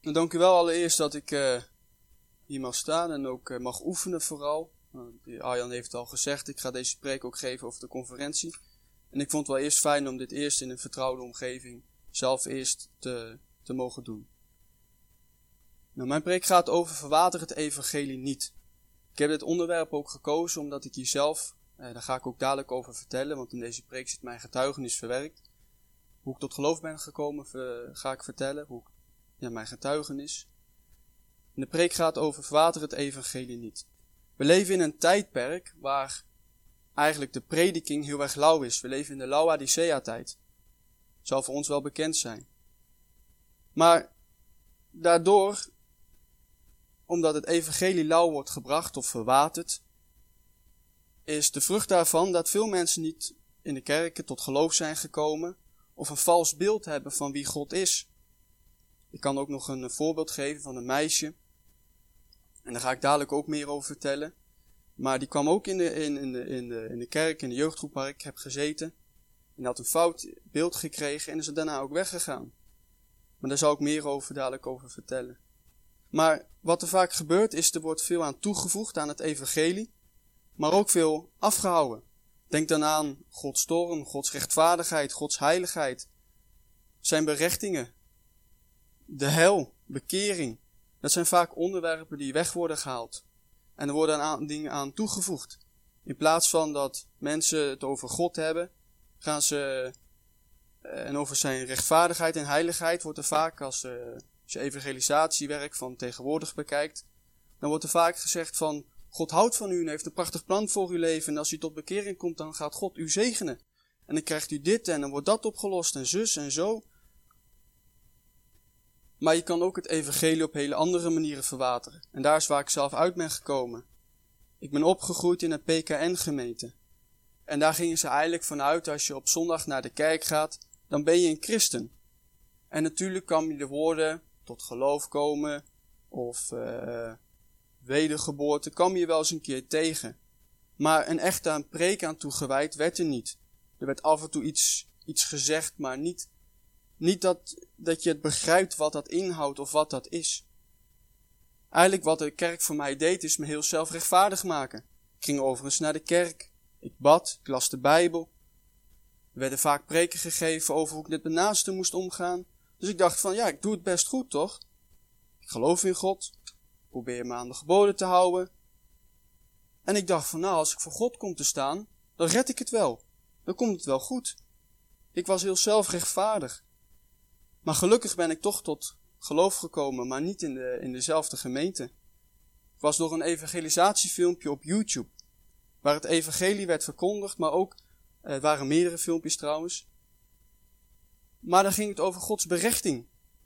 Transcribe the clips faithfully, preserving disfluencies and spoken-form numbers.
Nou, dank u wel allereerst dat ik uh, hier mag staan en ook uh, mag oefenen vooral. Uh, Arjan heeft het al gezegd, ik ga deze preek ook geven over de conferentie. En ik vond het wel eerst fijn om dit eerst in een vertrouwde omgeving zelf eerst te, te mogen doen. Nou, mijn preek gaat over verwater het evangelie niet. Ik heb dit onderwerp ook gekozen omdat ik hier zelf, eh, daar ga ik ook dadelijk over vertellen, want in deze preek zit mijn getuigenis verwerkt. Hoe ik tot geloof ben gekomen, ver, ga ik vertellen. Hoe ik, ja, mijn getuigenis. En de preek gaat over verwater het evangelie niet. We leven in een tijdperk waar eigenlijk de prediking heel erg lauw is. We leven in de Laodicea-tijd. Zal voor ons wel bekend zijn. Maar daardoor, omdat het evangelie lauw wordt gebracht of verwaterd, is de vrucht daarvan dat veel mensen niet in de kerken tot geloof zijn gekomen of een vals beeld hebben van wie God is. Ik kan ook nog een voorbeeld geven van een meisje. En daar ga ik dadelijk ook meer over vertellen. Maar die kwam ook in de, in, in de, in de, in de kerk, in de jeugdgroep waar ik heb gezeten. En had een fout beeld gekregen en is er daarna ook weggegaan. Maar daar zal ik meer over dadelijk over vertellen. Maar wat er vaak gebeurt is, er wordt veel aan toegevoegd aan het evangelie. Maar ook veel afgehouden. Denk dan aan Gods toorn, Gods rechtvaardigheid, Gods heiligheid. Zijn berechtingen. De hel, bekering. Dat zijn vaak onderwerpen die weg worden gehaald. En er worden aan, dingen aan toegevoegd. In plaats van dat mensen het over God hebben, gaan ze, en over zijn rechtvaardigheid en heiligheid, wordt er vaak, als, uh, als je evangelisatiewerk van tegenwoordig bekijkt, dan wordt er vaak gezegd van, God houdt van u en heeft een prachtig plan voor uw leven. En als u tot bekering komt, dan gaat God u zegenen. En dan krijgt u dit en dan wordt dat opgelost en zus en zo. Maar je kan ook het evangelie op hele andere manieren verwateren. En daar is waar ik zelf uit ben gekomen. Ik ben opgegroeid in een P K N-gemeente. En daar gingen ze eigenlijk vanuit, als je op zondag naar de kerk gaat, dan ben je een christen. En natuurlijk kan je de woorden tot geloof komen, of uh, wedergeboorte, kwam je wel eens een keer tegen. Maar een echte aan preek aan toegewijd werd er niet. Er werd af en toe iets, iets gezegd, maar niet... Niet dat, dat je het begrijpt wat dat inhoudt of wat dat is. Eigenlijk wat de kerk voor mij deed, is me heel zelfrechtvaardig maken. Ik ging overigens naar de kerk. Ik bad, ik las de Bijbel. Er werden vaak preken gegeven over hoe ik met mijn naasten moest omgaan. Dus ik dacht van, ja, ik doe het best goed, toch? Ik geloof in God. Ik probeer me aan de geboden te houden. En ik dacht van, nou, als ik voor God kom te staan, dan red ik het wel. Dan komt het wel goed. Ik was heel zelfrechtvaardig. Maar gelukkig ben ik toch tot geloof gekomen, maar niet in, de, in dezelfde gemeente. Ik was door een evangelisatiefilmpje op YouTube, waar het evangelie werd verkondigd, maar ook, er eh, waren meerdere filmpjes trouwens. Maar dan ging het over Gods berechting.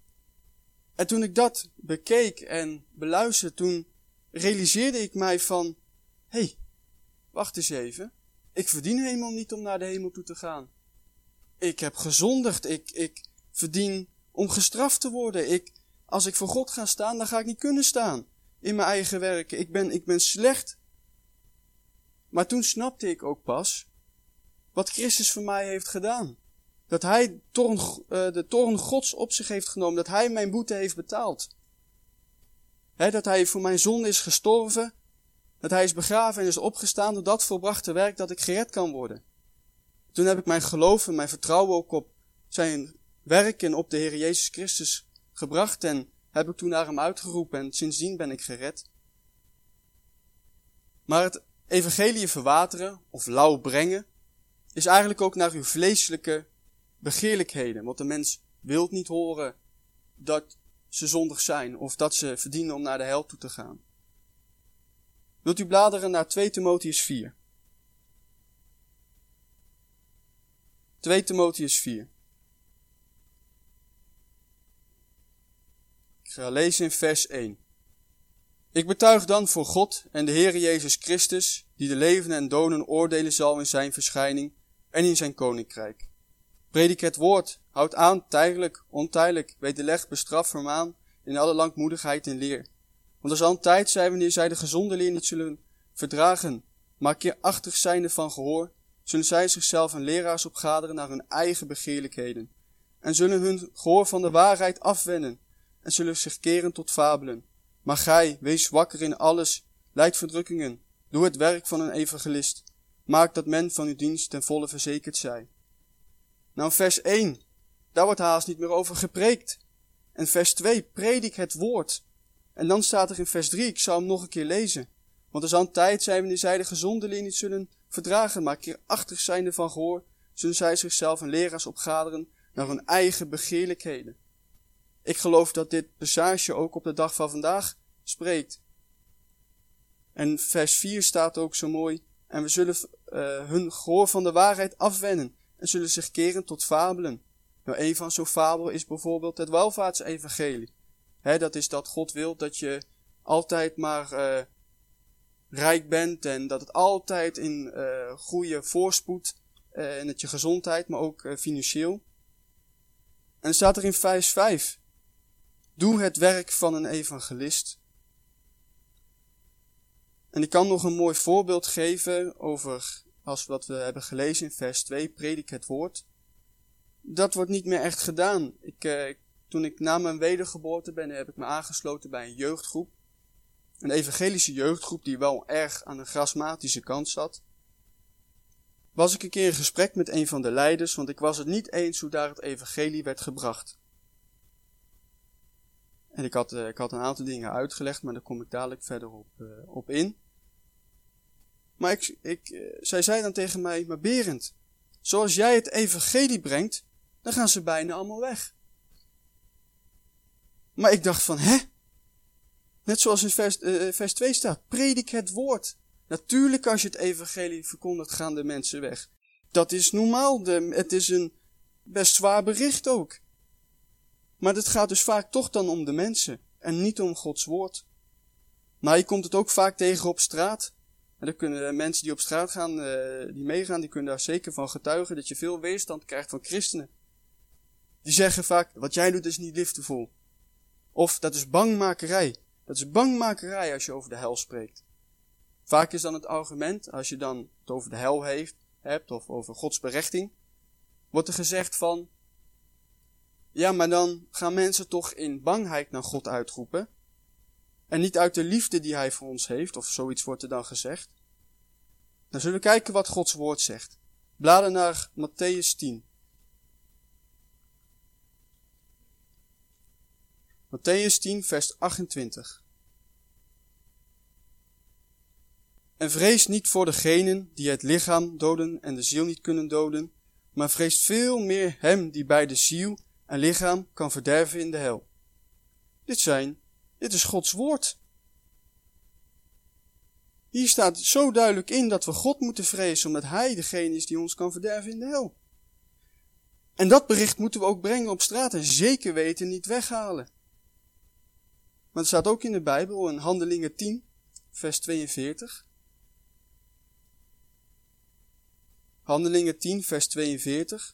En toen ik dat bekeek en beluisterde, toen realiseerde ik mij van, hé, hey, wacht eens even, ik verdien helemaal niet om naar de hemel toe te gaan. Ik heb gezondigd, ik, ik verdien om gestraft te worden. Ik, als ik voor God ga staan, dan ga ik niet kunnen staan in mijn eigen werken. Ik ben, ik ben slecht. Maar toen snapte ik ook pas wat Christus voor mij heeft gedaan. Dat hij toorn, uh, de toorn Gods op zich heeft genomen. Dat hij mijn boete heeft betaald. He, dat hij voor mijn zonde is gestorven. Dat hij is begraven en is opgestaan door dat volbrachte werk dat ik gered kan worden. Toen heb ik mijn geloof en mijn vertrouwen ook op zijn werk en op de Heer Jezus Christus gebracht en heb ik toen naar hem uitgeroepen en sindsdien ben ik gered. Maar het evangelie verwateren of lauw brengen is eigenlijk ook naar uw vleeselijke begeerlijkheden. Want de mens wil niet horen dat ze zondig zijn of dat ze verdienen om naar de hel toe te gaan. Wilt u bladeren naar twee Timotheüs vier? twee Timotheüs vier. Ik ga lezen in vers één. Ik betuig dan voor God en de Heere Jezus Christus, die de levenden en doden oordelen zal in zijn verschijning en in zijn koninkrijk. Predik het woord, houd aan, tijdelijk, ontijdelijk, wederleg, bestraf, vermaan, in alle langmoedigheid en leer. Want er zal een tijd zijn wanneer zij de gezonde leer niet zullen verdragen, maar keerachtig zijnde van gehoor, zullen zij zichzelf een leraars opgaderen naar hun eigen begeerlijkheden, en zullen hun gehoor van de waarheid afwenden, en zullen zich keren tot fabelen. Maar gij, wees wakker in alles, lijd verdrukkingen, doe het werk van een evangelist. Maak dat men van uw dienst ten volle verzekerd zij. Nou, vers één, daar wordt haast niet meer over gepreekt. En vers twee, predik het woord. En dan staat er in vers drie, ik zal hem nog een keer lezen. Want er zal een tijd zijn wanneer zij de gezonde leer niet zullen verdragen, maar keerachtig zijnde van gehoor, zullen zij zichzelf en leraars opgaderen naar hun eigen begeerlijkheden. Ik geloof dat dit passage ook op de dag van vandaag spreekt. En vers vier staat ook zo mooi, en we zullen uh, hun gehoor van de waarheid afwennen en zullen zich keren tot fabelen. Nou, een van zo'n fabel is bijvoorbeeld het welvaartsevangelie. He, dat is dat God wil dat je altijd maar uh, rijk bent en dat het altijd in uh, goede voorspoed uh, en dat je gezondheid, maar ook uh, financieel. En dan staat er in vers vijf, doe het werk van een evangelist. En ik kan nog een mooi voorbeeld geven over, als wat we hebben gelezen in vers twee, predik het woord. Dat wordt niet meer echt gedaan. Ik, uh, toen ik na mijn wedergeboorte ben, heb ik me aangesloten bij een jeugdgroep. Een evangelische jeugdgroep die wel erg aan de charismatische kant zat. Was ik een keer in gesprek met een van de leiders, want ik was het niet eens hoe daar het evangelie werd gebracht. En ik had, uh, ik had een aantal dingen uitgelegd, maar daar kom ik dadelijk verder op, uh, op in. Maar ik, ik, uh, zij zei dan tegen mij, maar Berend, zoals jij het evangelie brengt, dan gaan ze bijna allemaal weg. Maar ik dacht van, hè? Net zoals in vers, uh, vers twee staat, predik het woord. Natuurlijk als je het evangelie verkondigt, gaan de mensen weg. Dat is normaal, de, het is een best zwaar bericht ook. Maar het gaat dus vaak toch dan om de mensen en niet om Gods woord. Maar je komt het ook vaak tegen op straat. En dan kunnen mensen die op straat gaan, uh, die meegaan, die kunnen daar zeker van getuigen dat je veel weerstand krijgt van christenen. Die zeggen vaak, wat jij doet is niet liefdevol. Of dat is bangmakerij. Dat is bangmakerij als je over de hel spreekt. Vaak is dan het argument, als je dan het over de hel heeft, hebt of over Gods berechting, wordt er gezegd van, ja, maar dan gaan mensen toch in bangheid naar God uitroepen. En niet uit de liefde die hij voor ons heeft, of zoiets wordt er dan gezegd. Dan zullen we kijken wat Gods woord zegt. Bladen naar Mattheüs tien. Mattheüs tien, vers achtentwintig. En vrees niet voor degenen die het lichaam doden en de ziel niet kunnen doden, maar vrees veel meer hem die bij de ziel en lichaam kan verderven in de hel. Dit zijn, dit is Gods woord. Hier staat zo duidelijk in dat we God moeten vrezen, omdat hij degene is die ons kan verderven in de hel. En dat bericht moeten we ook brengen op straat en zeker weten niet weghalen. Maar het staat ook in de Bijbel in Handelingen tien, vers tweeënveertig. Handelingen tien, vers tweeënveertig.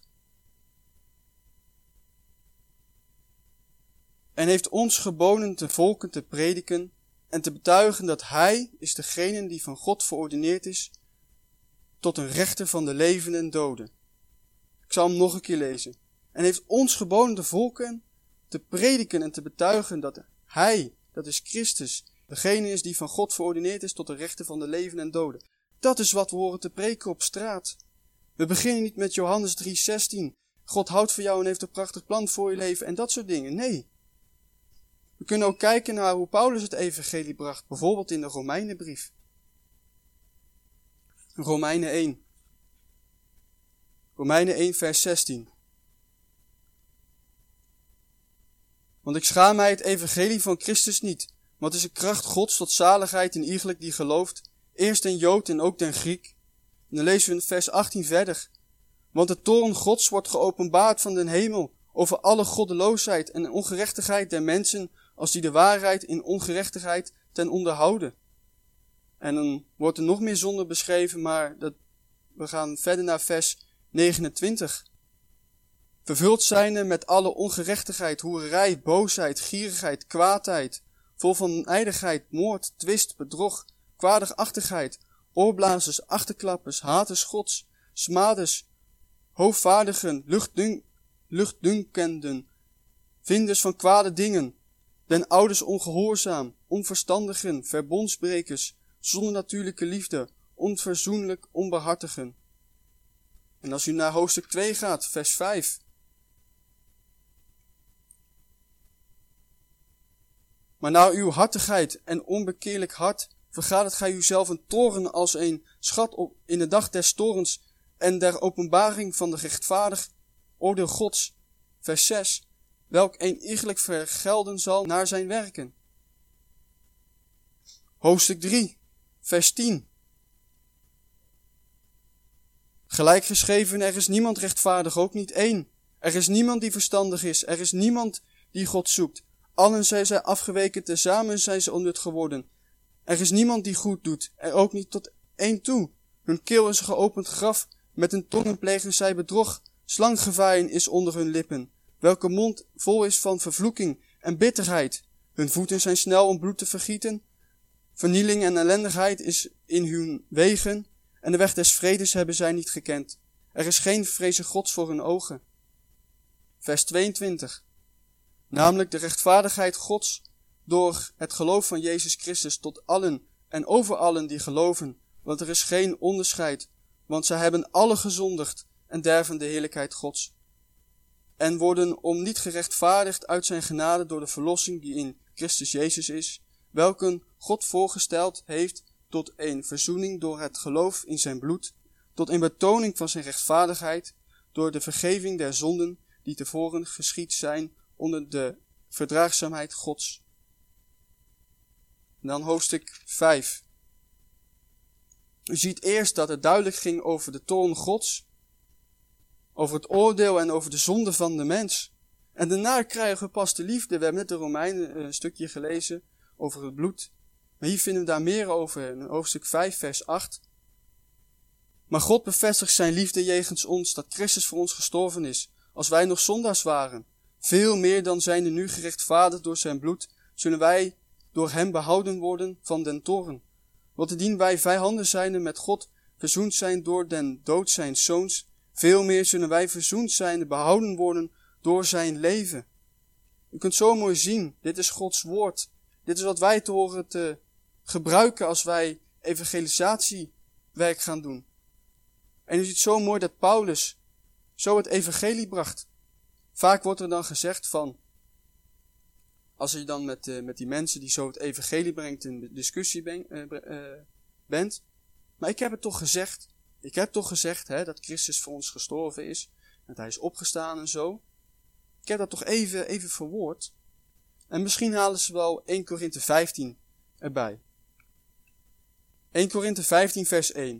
En heeft ons geboden te volken te prediken en te betuigen dat hij is degene die van God verordeneerd is tot een rechter van de levenden en doden. Ik zal hem nog een keer lezen. En heeft ons geboden te volken te prediken en te betuigen dat hij, dat is Christus, degene is die van God verordeneerd is tot de rechter van de levenden en doden. Dat is wat we horen te preken op straat. We beginnen niet met Johannes drie zestien. God houdt van jou en heeft een prachtig plan voor je leven en dat soort dingen. Nee. We kunnen ook kijken naar hoe Paulus het evangelie bracht, bijvoorbeeld in de Romeinenbrief. Romeinen één. Romeinen één, vers zestien. Want ik schaam mij het evangelie van Christus niet, want het is een kracht Gods tot zaligheid in iegelijk die gelooft, eerst den Jood en ook den Griek. En dan lezen we in vers achttien verder. Want de toorn Gods wordt geopenbaard van den hemel over alle goddeloosheid en ongerechtigheid der mensen, als die de waarheid in ongerechtigheid ten onder houden. En dan wordt er nog meer zonde beschreven, maar dat, we gaan verder naar vers negenentwintig. Vervuld zijnde met alle ongerechtigheid, hoererij, boosheid, gierigheid, kwaadheid, vol van ijdigheid, moord, twist, bedrog, kwaadagachtigheid, oorblazers, achterklappers, haters Gods, smaders, hoogvaardigen, luchtdun, luchtdunkenden, vinders van kwade dingen, Den ouders ongehoorzaam, onverstandigen, verbondsbrekers, zonder natuurlijke liefde, onverzoenlijk, onbarmhartigen. En als u naar hoofdstuk twee gaat, vers vijf. Maar naar uw hartigheid en onbekeerlijk hart vergaat gij uzelf een toren als een schat op in de dag des torens en der openbaring van de rechtvaardig oordeel Gods. Vers zes. Welk een iegelijk vergelden zal naar zijn werken. Hoofdstuk drie, vers tien. Gelijk geschreven, er is niemand rechtvaardig, ook niet één. Er is niemand die verstandig is, er is niemand die God zoekt. Allen zijn zij afgeweken, tezamen zijn ze onnut geworden. Er is niemand die goed doet, er ook niet tot één toe. Hun keel is een geopend graf, met hun tongen plegen zij bedrog. Slanggevaaien is onder hun lippen, welke mond vol is van vervloeking en bitterheid. Hun voeten zijn snel om bloed te vergieten. Vernieling en ellendigheid is in hun wegen, en de weg des vredes hebben zij niet gekend. Er is geen vreze Gods voor hun ogen. Vers tweeëntwintig. Namelijk de rechtvaardigheid Gods door het geloof van Jezus Christus tot allen en over allen die geloven, want er is geen onderscheid, want zij hebben alle gezondigd en derven de heerlijkheid Gods. En worden om niet gerechtvaardigd uit zijn genade door de verlossing die in Christus Jezus is, welke God voorgesteld heeft tot een verzoening door het geloof in zijn bloed, tot een betoning van zijn rechtvaardigheid, door de vergeving der zonden die tevoren geschied zijn onder de verdraagzaamheid Gods. En dan hoofdstuk vijf. U ziet eerst dat het duidelijk ging over de toorn Gods, over het oordeel en over de zonde van de mens. En daarna krijgen we pas de liefde. We hebben net de Romeinen een stukje gelezen over het bloed. Maar hier vinden we daar meer over in hoofdstuk vijf, vers acht. Maar God bevestigt zijn liefde jegens ons, dat Christus voor ons gestorven is, als wij nog zondaars waren. Veel meer dan zijnde nu gerechtvaardigd door zijn bloed, zullen wij door hem behouden worden van den toorn. Want indien wij vijanden zijnde met God verzoend zijn door den dood zijns zoons, veel meer zullen wij verzoend zijnde behouden worden door zijn leven. U kunt zo mooi zien, dit is Gods woord. Dit is wat wij te horen te gebruiken als wij evangelisatiewerk gaan doen. En u ziet zo mooi dat Paulus zo het evangelie bracht. Vaak wordt er dan gezegd van, als je dan met, uh, met die mensen die zo het evangelie brengt in discussie ben, uh, uh, bent. Maar ik heb het toch gezegd. Ik heb toch gezegd hè, dat Christus voor ons gestorven is. Dat hij is opgestaan en zo. Ik heb dat toch even, even verwoord. En misschien halen ze wel Eerste Korinthe vijftien erbij. Eerste Korinthe vijftien vers één.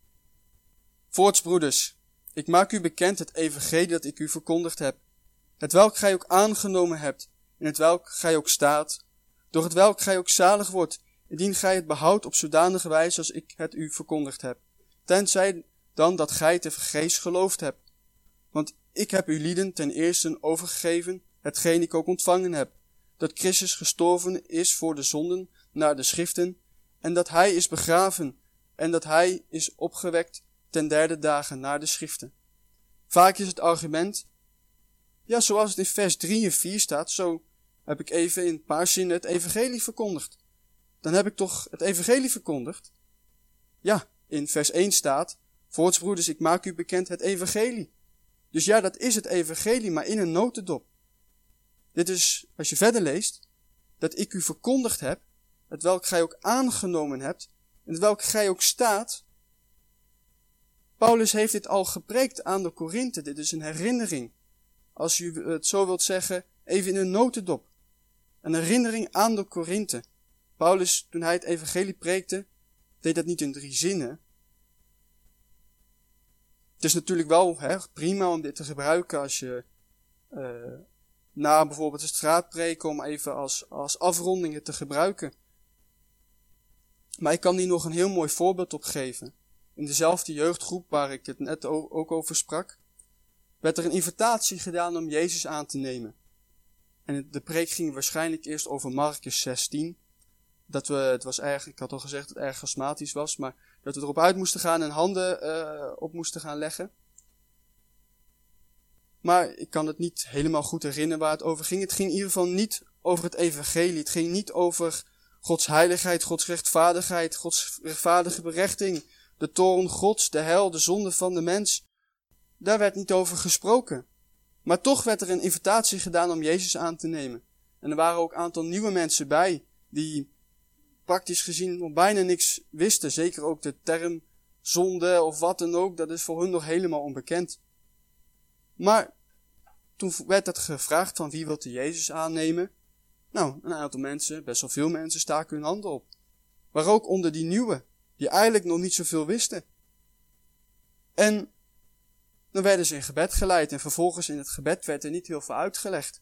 Voorts broeders, ik maak u bekend het evangelie dat ik u verkondigd heb. Het welk gij ook aangenomen hebt, in het welk gij ook staat, door het welk gij ook zalig wordt, indien gij het behoudt op zodanige wijze als ik het u verkondigd heb. Tenzij dan dat gij te vergeefs geloofd hebt. Want ik heb u lieden ten eerste overgegeven, hetgeen ik ook ontvangen heb, dat Christus gestorven is voor de zonden naar de schriften, en dat hij is begraven, en dat hij is opgewekt ten derde dagen naar de schriften. Vaak is het argument, ja, zoals het in vers drie en vier staat, zo heb ik even in een paar zinnen het evangelie verkondigd. Dan heb ik toch het evangelie verkondigd? Ja, in vers één staat, voorts broeders, ik maak u bekend het evangelie. Dus ja, dat is het evangelie, maar in een notendop. Dit is, als je verder leest, dat ik u verkondigd heb, het welk gij ook aangenomen hebt, en het welk gij ook staat. Paulus heeft dit al gepreekt aan de Korinthe, dit is een herinnering. Als u het zo wilt zeggen, even in een notendop. Een herinnering aan de Korinthe. Paulus, toen hij het evangelie preekte, deed dat niet in drie zinnen. Het is natuurlijk wel hè, prima om dit te gebruiken als je uh, na bijvoorbeeld de straatpreek, om even als, als afronding het te gebruiken. Maar ik kan hier nog een heel mooi voorbeeld op geven. In dezelfde jeugdgroep waar ik het net ook over sprak, werd er een invitatie gedaan om Jezus aan te nemen. En de preek ging waarschijnlijk eerst over Marcus zestien. Dat we, het was erg, ik had al gezegd dat het erg charismatisch was, maar dat we erop uit moesten gaan en handen uh, op moesten gaan leggen. Maar ik kan het niet helemaal goed herinneren waar het over ging. Het ging in ieder geval niet over het evangelie. Het ging niet over Gods heiligheid, Gods rechtvaardigheid, Gods rechtvaardige berechting, de toorn Gods, de hel, de zonde van de mens. Daar werd niet over gesproken. Maar toch werd er een invitatie gedaan om Jezus aan te nemen. En er waren ook een aantal nieuwe mensen bij, die praktisch gezien nog bijna niks wisten. Zeker ook de term zonde of wat dan ook, dat is voor hun nog helemaal onbekend. Maar toen werd het gevraagd van wie wilt Jezus aannemen? Nou, een aantal mensen, best wel veel mensen, staken hun handen op. Maar ook onder die nieuwe, die eigenlijk nog niet zoveel wisten. En dan werden ze in gebed geleid en vervolgens in het gebed werd er niet heel veel uitgelegd.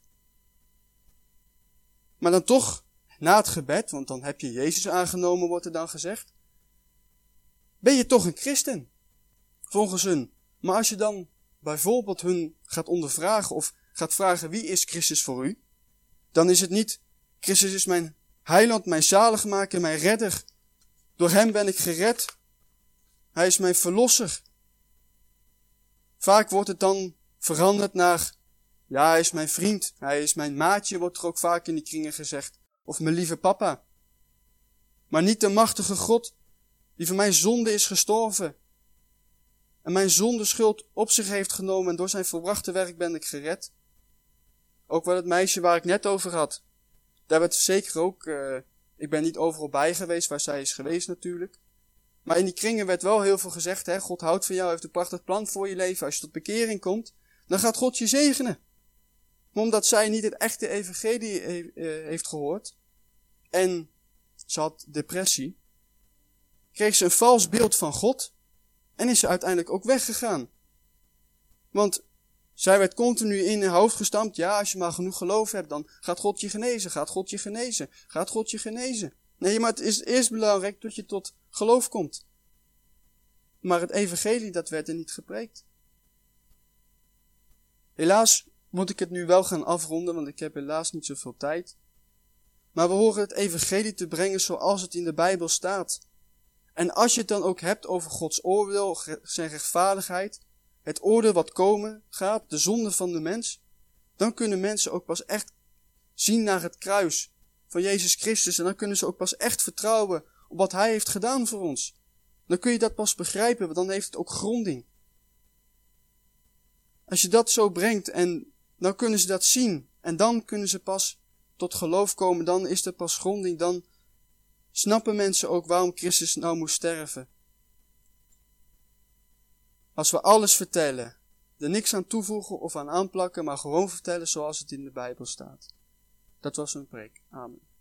Maar dan toch, na het gebed, want dan heb je Jezus aangenomen, wordt er dan gezegd, ben je toch een christen? Volgens hun. Maar als je dan bijvoorbeeld hun gaat ondervragen of gaat vragen wie is Christus voor u, dan is het niet, Christus is mijn heiland, mijn zaligmaker, mijn redder. Door hem ben ik gered. Hij is mijn verlosser. Vaak wordt het dan veranderd naar, ja, hij is mijn vriend, hij is mijn maatje, wordt er ook vaak in die kringen gezegd. Of mijn lieve papa. Maar niet de machtige God, die voor mijn zonde is gestorven. En mijn zondeschuld op zich heeft genomen en door zijn volbrachte werk ben ik gered. Ook wel het meisje waar ik net over had. Daar werd zeker ook, uh, ik ben niet overal bij geweest waar zij is geweest natuurlijk. Maar in die kringen werd wel heel veel gezegd, hè, God houdt van jou, heeft een prachtig plan voor je leven. Als je tot bekering komt, dan gaat God je zegenen. Maar omdat zij niet het echte evangelie he- uh, heeft gehoord, en ze had depressie, kreeg ze een vals beeld van God, en is ze uiteindelijk ook weggegaan. Want zij werd continu in haar hoofd gestampt, ja, als je maar genoeg geloof hebt, dan gaat God je genezen, gaat God je genezen, gaat God je genezen. Nee, maar het is eerst belangrijk dat je tot geloof komt. Maar het evangelie, dat werd er niet gepreekt. Helaas moet ik het nu wel gaan afronden, want ik heb helaas niet zoveel tijd. Maar we horen het evangelie te brengen zoals het in de Bijbel staat. En als je het dan ook hebt over Gods oordeel, zijn rechtvaardigheid, het oordeel wat komen gaat, de zonde van de mens, dan kunnen mensen ook pas echt zien naar het kruis van Jezus Christus en dan kunnen ze ook pas echt vertrouwen op wat Hij heeft gedaan voor ons. Dan kun je dat pas begrijpen, want dan heeft het ook gronding. Als je dat zo brengt en dan kunnen ze dat zien en dan kunnen ze pas tot geloof komen, dan is er pas gronding, dan snappen mensen ook waarom Christus nou moest sterven. Als we alles vertellen, er niks aan toevoegen of aan aanplakken, maar gewoon vertellen zoals het in de Bijbel staat. Dat was een preek. Amen.